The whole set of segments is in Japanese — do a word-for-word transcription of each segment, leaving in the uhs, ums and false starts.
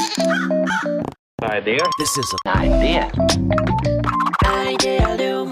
Idea. This is an idea. Idealum.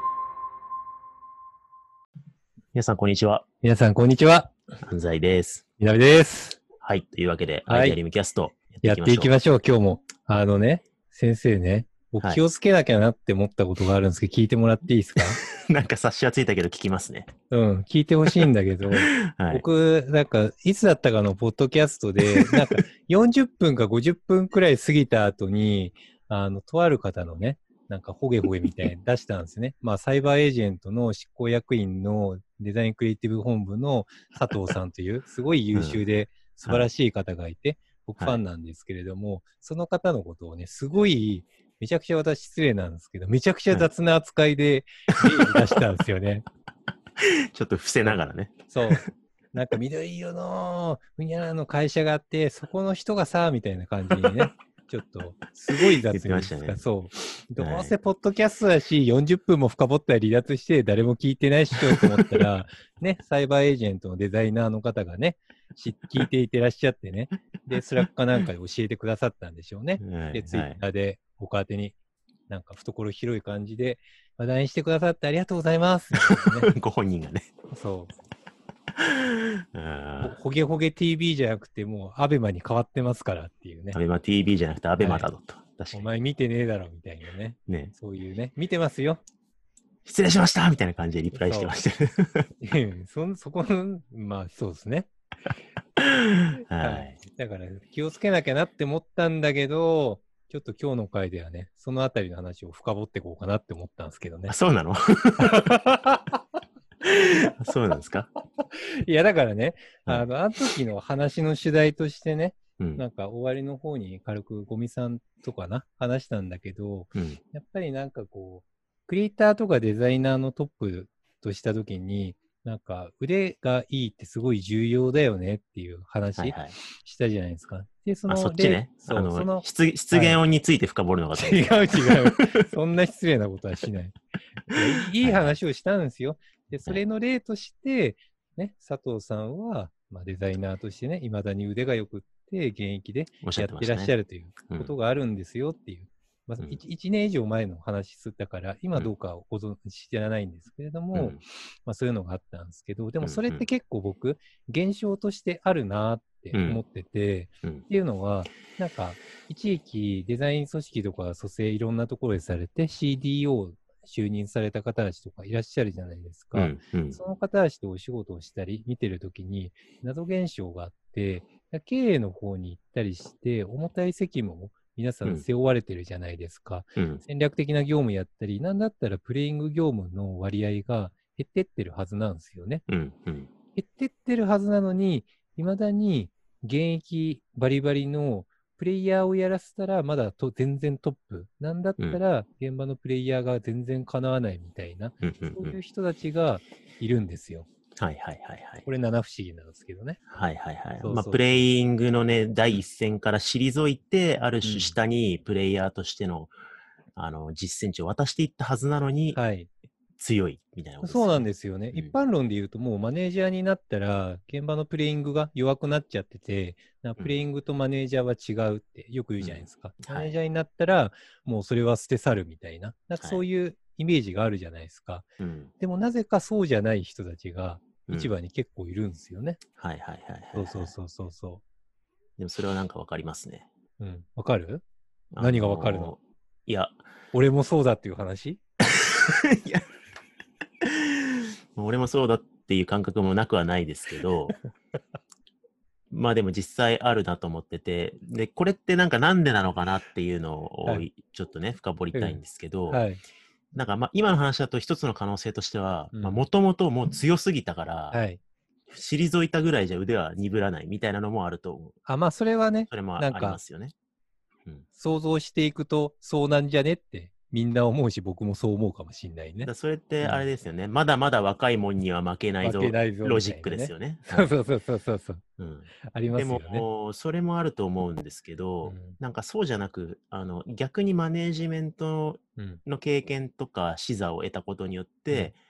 皆さん、こんにちは。 皆さん、こんにちは。 安西です。 南です。 はい。というわけで、 はいアイデアリムキャストやっていきましょう、今日も。あのね、先生ね、僕はい気をつけなきゃなって思ったことがあるんですけど、聞いてもらっていいですか？ なんか察しはついたけど聞きますね。 うん、聞いてほしいんだけど、 はい。 僕、なんか、いつだったかのポッドキャストで、なんか、よんじゅっぷんかごじゅっぷんくらい過ぎた後に、あの、とある方のね、なんか、ホゲホゲみたいに出したんですね。まあ、サイバーエージェントの執行役員のデザインクリエイティブ本部の佐藤さんという、すごい優秀で素晴らしい方がいて、僕ファンなんですけれども、その方のことをね、すごい、めちゃくちゃ私失礼なんですけど、めちゃくちゃ雑な扱いで例に出したんですよね。 ちょっと伏せながらね。 そう。なんか緑色のふにゃらの会社があって、そこの人がさ、みたいな感じにね、ちょっと、すごい雑に言ってましたねそう。どはいうせポッドキャストだし、よんじゅっぷんも深掘ったら離脱して誰も聞いてないっしょと思ったら、ね、サイバーエージェントのデザイナーの方がね、し聞いていてらっしゃってね、で、スラックかなんかで教えてくださったんでしょうね。 はいで、ツイッターで僕宛てに、なんか懐広い感じで、話題にしてくださってありがとうございます。みたいなねご本人がね。 そう。 あほげほげ ティーブイ じゃなくて、もうアベマに変わってますからっていうねーア。ベマ ティーブイ じゃなくてアベマだと。確かおに。 前見てねえだろみたいなね。 ね。 そういうね。見てますよ。 失礼しましたみたいな感じでリプライしてましたよ。 そ、そこの、まあそうですね。 はい。 だから気をつけなきゃなって思ったんだけど、ちょっと今日の回ではね、そのあたりの話を深掘っていこうかなって思ったんですけどねあ、。そうなのそうなんですか？ いや、だからね、 はいあの、あの時の話の主題としてね、 うんなんか終わりの方に軽くゴミさんとかな、話したんだけど、 うんやっぱりなんかこう、クリエイターとかデザイナーのトップとしたときに、なんか腕がいいってすごい重要だよねっていう話はいはい。 したじゃないですか。で、そあ、 の、 そっちね。あでそう、その、 の、 失失言音について深掘るのがと思っ違たう違う。そんな失礼なことはしない。いやいいい話をしたんですよ。で、それの例として、ね、佐藤さんは、まあ、デザイナーとしてね、未だに腕が良くって現役でおっしゃやっててらっましたね。 っしゃるということがあるんですよっていう。まあ、 うんいち, 年以上前の話だから、今どうかご存知知らないんですけれども、 うんまあ、そういうのがあったんですけど、でもうんそれって結構僕、現象としてあるなって思ってて、 うんっていうのは、なんか、一時期デザイン組織とか蘇生いろんなところでされて シーディーオー 就任された方たちとかいらっしゃるじゃないですか。 うんうんその方たちとお仕事をしたり見てるときに謎現象があって、経営の方に行ったりして重たい責務を皆さん背負われてるじゃないですか。 うん戦略的な業務やったり、なんだったらプレイング業務の割合が減ってってるはずなんですよね。 うんうん減ってってるはずなのに、未だに現役バリバリのプレイヤーをやらせたらまだと全然トップ。なんだったら現場のプレイヤーが全然叶わないみたいな、 うんうんそういう人たちがいるんですよ。 はいはいはいはい。 これ七不思議なんですけどね。 はいはいはい。 そうそうまあ、プレイングのね、第一線から退いて、ある種下にプレイヤーとしての、あの、実践値を渡していったはずなのに、 はい。 強いみたいなことそうなんでですよね。 うん一般論で言うと、もうマネージャーになったら、現場のプレイングが弱くなっちゃってて、なプレイングとマネージャーは違うってよく言うじゃないですか。 うんマネージャーになったら、もうそれは捨て去るみたいな、なんかそういうイメージがあるじゃないですか。 す。うん。 でもなぜかそうじゃない人たちがうん市場に結構いるんですよね。 はいはいはいはい。 そうそうそうそうそでもそれはなんかわかりますね。 う。うん。わかる？ あのー何がわかるの？ いや、 俺もそうだっていう話？ いや、俺もそうだっていう感覚もなくはないですけど、まあでも実際あるなと思ってて、で、これってなんかなんでなのかなっていうのをはいちょっとね、深掘りたいんですけど、 はい。 なんかまあ今の話だと一つの可能性としては、 うんまあもともともう強すぎたから、 はい。 退いたぐらいじゃ腕は鈍らないみたいなのもあると思う。 あ、まあそれはね、 それもあなんかありますよね。うん。 想像していくとそうなんじゃねってみんな思うし、僕もそう思うかもしんないねだから。それってあれですよね、まだまだ若いもんには負けないぞ、 負けないぞみたいなねロジックですよね。 そうそうそうそうそうそう。 うんありまですよね。 も、それもあると思うんですけど、 うんなんかそうじゃなく、あの、逆にマネージメントうん。 の経験とか視座を得たことによって、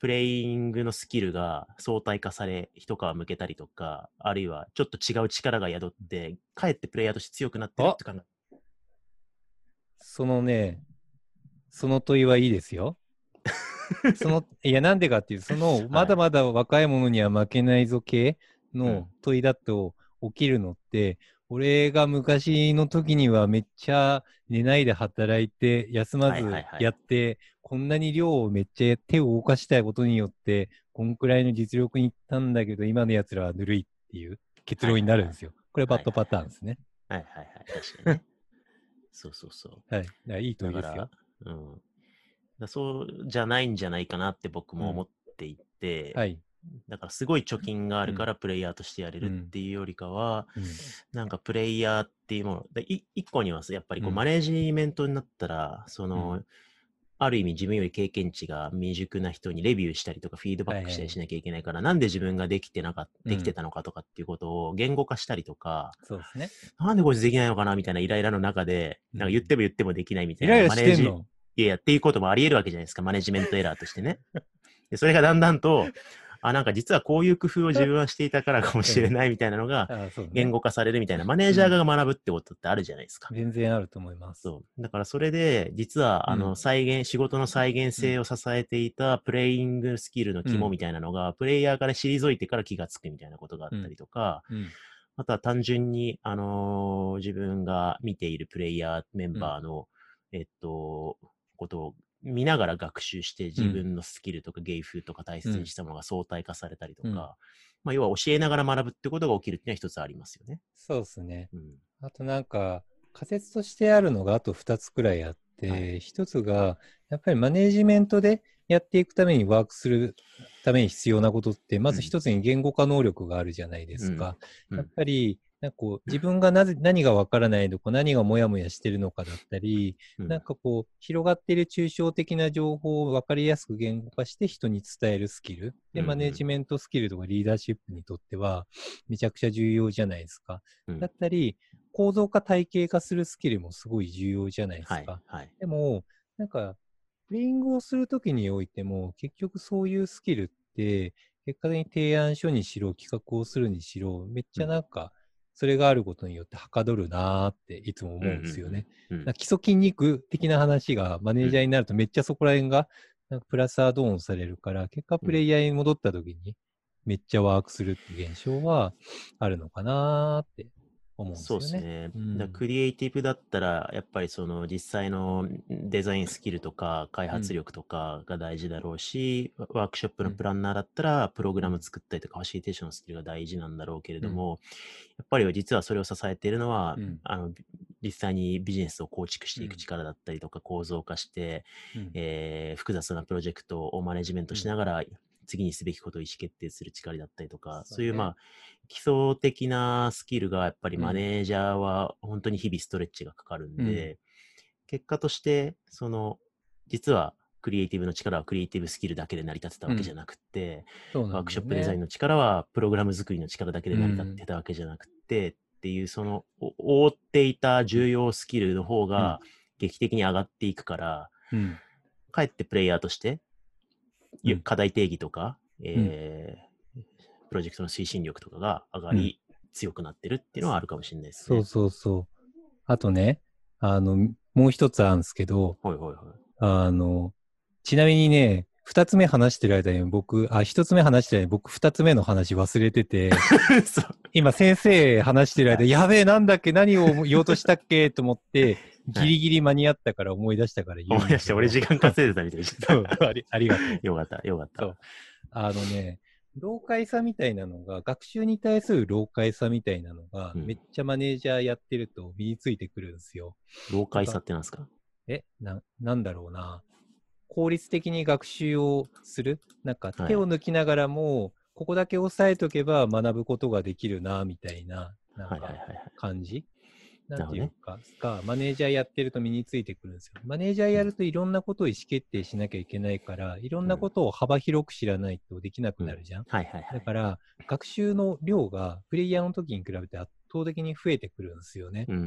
プレイングのスキルが相対化され、一皮向けたりとか、あるいはちょっと違う力が宿って、かえってプレイヤーとして強くなってるって考え。 そのね、その問いはいいですよ。その、いや、なんでかっていう、その、まだまだ若い者には負けないぞ系の問いだと起きるのって、うん、俺が昔の時にはめっちゃ寝ないで働いて、休まずやって、はいはいはい、こんなに量をめっちゃ手を動かしたいことによって、こんくらいの実力に行ったんだけど、今の奴らはぬるいっていう結論になるんですよ。はいはいはい、これバッドパターンですね。 はいはいはい、確かにね。そうそうそう。 はい。だからいい問いですよ。 だから、うん。だそうじゃないんじゃないかなって僕も思っていて、 うん、はい。 だからすごい貯金があるからプレイヤーとしてやれるっていうよりかは、うんうん、なんかプレイヤーっていうもの、でい一個にはやっぱりこうマネージメントになったら、その、うん、ある意味自分より経験値が未熟な人にレビューしたりとかフィードバックしたりしなきゃいけないから、はいはい、なんで自分ができてなかできてたのかとかっていうことを言語化したりとか、 そうですね。 なんでこいつできないのかなみたいなイライラの中で、なんか言っても言ってもできないみたいな、 イライラマネージ、 してんの？ いやいやっていうこともあり得るわけじゃないですか、マネジメントエラーとしてね。でそれがだんだんと、あ、なんか実はこういう工夫を自分はしていたからかもしれないみたいなのが言語化されるみたいな、マネージャーが学ぶってことってあるじゃないですか。 うん、全然あると思います。 そう。だからそれで、実は、あの、再現、うん、仕事の再現性を支えていたプレイングスキルの肝みたいなのが、うん、プレイヤーから退いてから気がつくみたいなことがあったりとか、うんうん、あとは単純に、あのー、自分が見ているプレイヤーメンバーの、うん、えっと、ことを見ながら学習して自分のスキルとか芸風とか大切にしたものが相対化されたりとか、うん、まあ、要は教えながら学ぶってことが起きるっていうのは一つありますよね。 そうですね。うん、あとなんか仮説としてあるのがあとふたつくらいあって、はい、ひとつがやっぱりマネージメントでやっていくためにワークするために必要なことって、まず一つに言語化能力があるじゃないですか。うんうん、やっぱりなんかこう自分がなぜ何がわからないのか、何がモヤモヤしてるのかだったり、うん、なんかこう広がっている抽象的な情報を分かりやすく言語化して人に伝えるスキルで、マネージメントスキルとかリーダーシップにとってはめちゃくちゃ重要じゃないですか。うん、だったり構造化体系化するスキルもすごい重要じゃないですか。はいはい、でもなんかプレイングをするときにおいても結局そういうスキルって結果的に提案書にしろ企画をするにしろめっちゃなんかそれがあることによってはかどるなーっていつも思うんですよね。うんうんうん、基礎筋肉的な話がマネージャーになるとめっちゃそこら辺がなんかプラスアドオンされるから結果プレイヤーに戻ったときにめっちゃワークするっていう現象はあるのかなーって思うんですよね。 そうですね。うん、だクリエイティブだったら、やっぱりその実際のデザインスキルとか開発力とかが大事だろうし、うん、ワークショップのプランナーだったら、プログラム作ったりとか、ファシリテーションのスキルが大事なんだろうけれども、うん、やっぱり実はそれを支えているのは、うん、あの実際にビジネスを構築していく力だったりとか、構造化して、うんえー、複雑なプロジェクトをマネジメントしながら、次にすべきことを意思決定する力だったりとか、そう、ね,、いうまあ基礎的なスキルがやっぱりマネージャーは本当に日々ストレッチがかかるんで、うん、結果としてその実はクリエイティブの力はクリエイティブスキルだけで成り立ってたわけじゃなくて、うんね、ワークショップデザインの力はプログラム作りの力だけで成り立ってたわけじゃなくて、うん、っていうその覆っていた重要スキルの方が劇的に上がっていくから、うん、かえってプレイヤーとして課題定義とか、うん、えー、プロジェクトの推進力とかが上がり、うん、強くなってるっていうのはあるかもしれないですね。 そうそうそう。あとね、あの、もう一つあるんですけど、 はいはいはい。 あの、ちなみにね、二つ目話してる間に僕、あ、一つ目話してる間に僕二つ目の話忘れてて、今先生話してる間、はい、やべえ、なんだっけ、何を言おうとしたっけと思って、ギリギリ間に合ったから思い出したから言うんだけど、 思い出して、俺時間稼いでたみたいな。 そうあり、ありがとう。 よかった、よかった。 そう。あのね、老快さみたいなのが、学習に対する老快さみたいなのが、うん、めっちゃマネージャーやってると身についてくるんですよ。 老快さってなんですか？ え、な、なんだろうな。効率的に学習をする。なんか手を抜きながらも、はい、ここだけ押さえとけば学ぶことができるな、みたいな、なんか感じ。なんていうか、が、マネージャーやってると身についてくるんですよ。マネージャーやるといろんなことを意思決定しなきゃいけないから、いろんなことを幅広く知らないとできなくなるじゃん。だから、学習の量がプレイヤーの時に比べて圧倒的に増えてくるんですよね。 うんうんうん、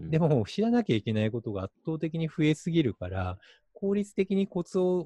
でも、知らなきゃいけないことが圧倒的に増えすぎるから、効率的にコツを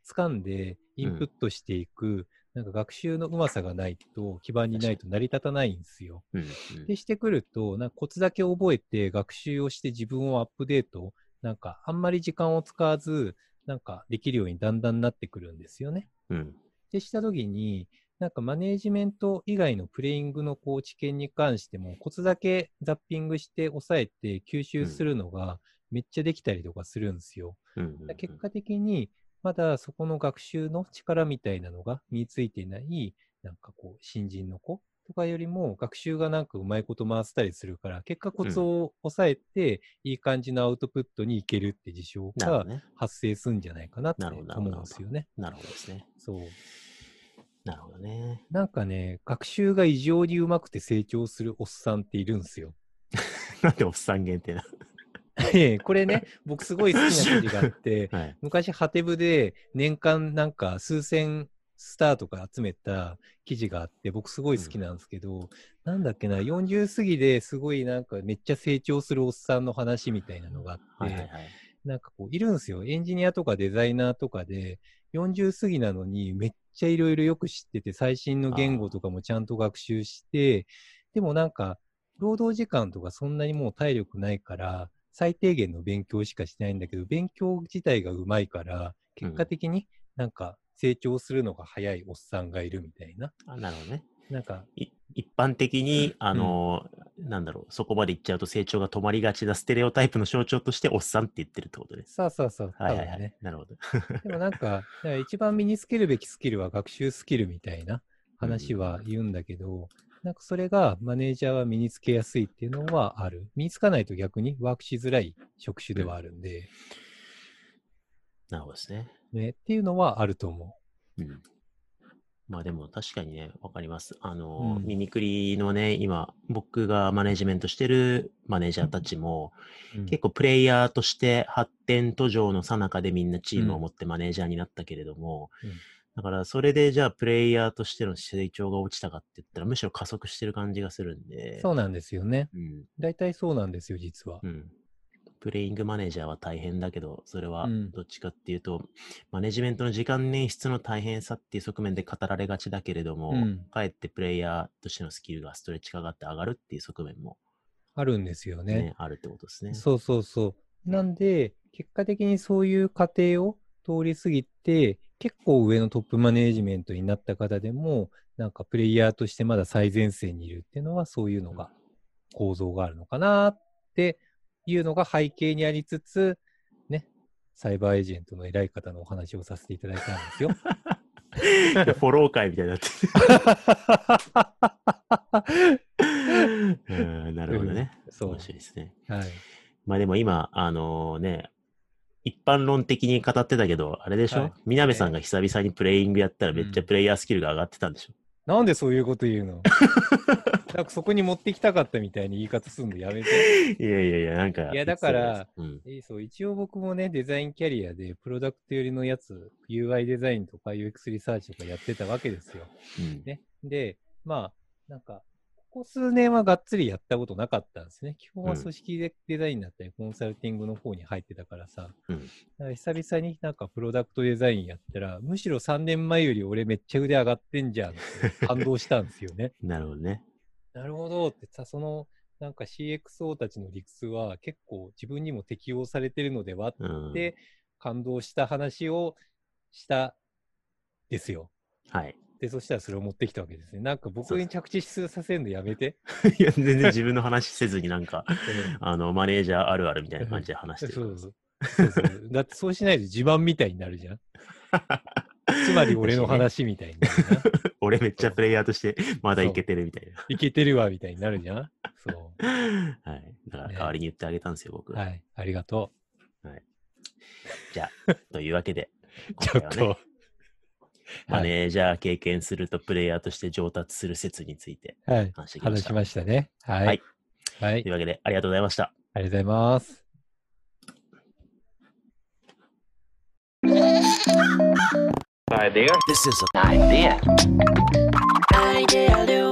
掴んでインプットしていく、うん、なんか学習のうまさがないと、基盤にないと成り立たないんですよ。 うんうん、 でしてくると、なんかコツだけ覚えて学習をして自分をアップデート、なんかあんまり時間を使わず、なんかできるようにだんだんなってくるんですよね。 うん、 でしたときに、なんかマネージメント以外のプレイングのこう知見に関しても、コツだけザッピングして抑えて吸収するのがめっちゃできたりとかするんですよ。 うんうんうん、 結果的に、まだそこの学習の力みたいなのが身についていない、なんかこう、新人の子とかよりも学習がなんかうまいこと回せたりするから、結果コツを抑えて、いい感じのアウトプットにいけるって事象が発生するんじゃないかなって思うんですよね。 なるほどですね。 そう。 なるほどね。 なんかね、学習が異常にうまくて成長するおっさんっているんですよ。 なんでおっさん限定なこれね、僕すごい好きな記事があって、はい、昔ハテブで年間なんか数千スターとか集めた記事があって、僕すごい好きなんですけど、うん、なんだっけな、よんじゅう過ぎですごいなんかめっちゃ成長するおっさんの話みたいなのがあって、はいはいはい、なんかこういるんですよ。エンジニアとかデザイナーとかで、よんじゅう過ぎなのにめっちゃいろいろよく知ってて、最新の言語とかもちゃんと学習して、でもなんか、労働時間とかそんなにもう体力ないから、最低限の勉強しかしてないんだけど、勉強自体がうまいから、結果的になんか成長するのが早いおっさんがいるみたいな。 あ、なるほどね。 なんか、 一般的に、あの、うん、なんだろう、そこまでいっちゃうと成長が止まりがちなステレオタイプの象徴としておっさんって言ってるってことです。 そうそうそう。 はいはいはい。ね、なるほど。 でもなんか、一番身につけるべきスキルは学習スキルみたいな話は言うんだけど、うん、なんかそれがマネージャーは身につけやすいっていうのはある。身につかないと逆にワークしづらい職種ではあるんで。うん、 なるほどですね。 ね、っていうのはあると思う。うん。まあでも確かにね、わかります。あの、うん、ミミクリのね、今、僕がマネジメントしてるマネージャーたちも、うん、結構プレイヤーとして発展途上の最中でみんなチームを持ってマネージャーになったけれども、うん、だからそれでじゃあプレイヤーとしての成長が落ちたかって言ったらむしろ加速してる感じがするんで。 そうなんですよね。うん、大体そうなんですよ、実は。 うんプレイングマネージャーは大変だけど、それはどっちかっていうと、うん、マネジメントの時間捻出の大変さっていう側面で語られがちだけれども、うん、かえってプレイヤーとしてのスキルがストレッチが上がって上がるっていう側面も、 あるんですよね。 ねあるってことですね。 そうそうそう。なんで、結果的にそういう過程を通り過ぎて、結構上のトップマネージメントになった方でも、なんかプレイヤーとしてまだ最前線にいるっていうのは、そういうのが、構造があるのかなっていうのが背景にありつつ、ね、サイバーエージェントの偉い方のお話をさせていただいたんですよ。 フォロー会みたいになってうんなるほどね。うん、そう面白いですね。はい。まあでも今、あのー、ね、一般論的に語ってたけど、あれでしょ、はい、みなべさんが久々にプレイングやったらめっちゃプレイヤースキルが上がってたんでしょ、 うん、なんでそういうこと言うのなんかそこに持ってきたかったみたいに言い方すんのやめて。 いやいやいや、なんか。 いや、だから、うん、そう、一応僕もね、デザインキャリアで、プロダクト寄りのやつ、ユーアイ デザインとか ユーエックス リサーチとかやってたわけですよ。うん、ね。で、まあ、なんか、ここ数年はがっつりやったことなかったんですね。基本は組織デザインだったり、コンサルティングの方に入ってたからさ。うん、だから久々になんかプロダクトデザインやったら、むしろさんねんまえより俺めっちゃ腕上がってんじゃんって感動したんですよね。 なるほどね。 なるほどってさ、そのなんか シーエックスオー たちの理屈は結構自分にも適用されてるのではって感動した話をしたですよ。 はい。 で、そしたらそれを持ってきたわけですね。なんか僕に着地させるのやめて。 いや、全然自分の話せずになんか、あの、マネージャーあるあるみたいな感じで話してる。 そうそうそうそう。だってそうしないと自慢みたいになるじゃん。つまり俺の話みたいになるな。 俺めっちゃプレイヤーとしてまだいけてるみたいな。 いけてるわみたいになるじゃん。そう。 はい。だから代わりに言ってあげたんですよ、ね、僕。 はい。ありがとう。はい。じゃあ、というわけで、今回はね、 ちょっとマネージャー経験するとプレイヤーとして上達する説について話してきました。 はい、話しましたね。はい。 はい。はい、というわけで、ありがとうございました。 ありがとうございます。 Idea. This is an idea. Idea.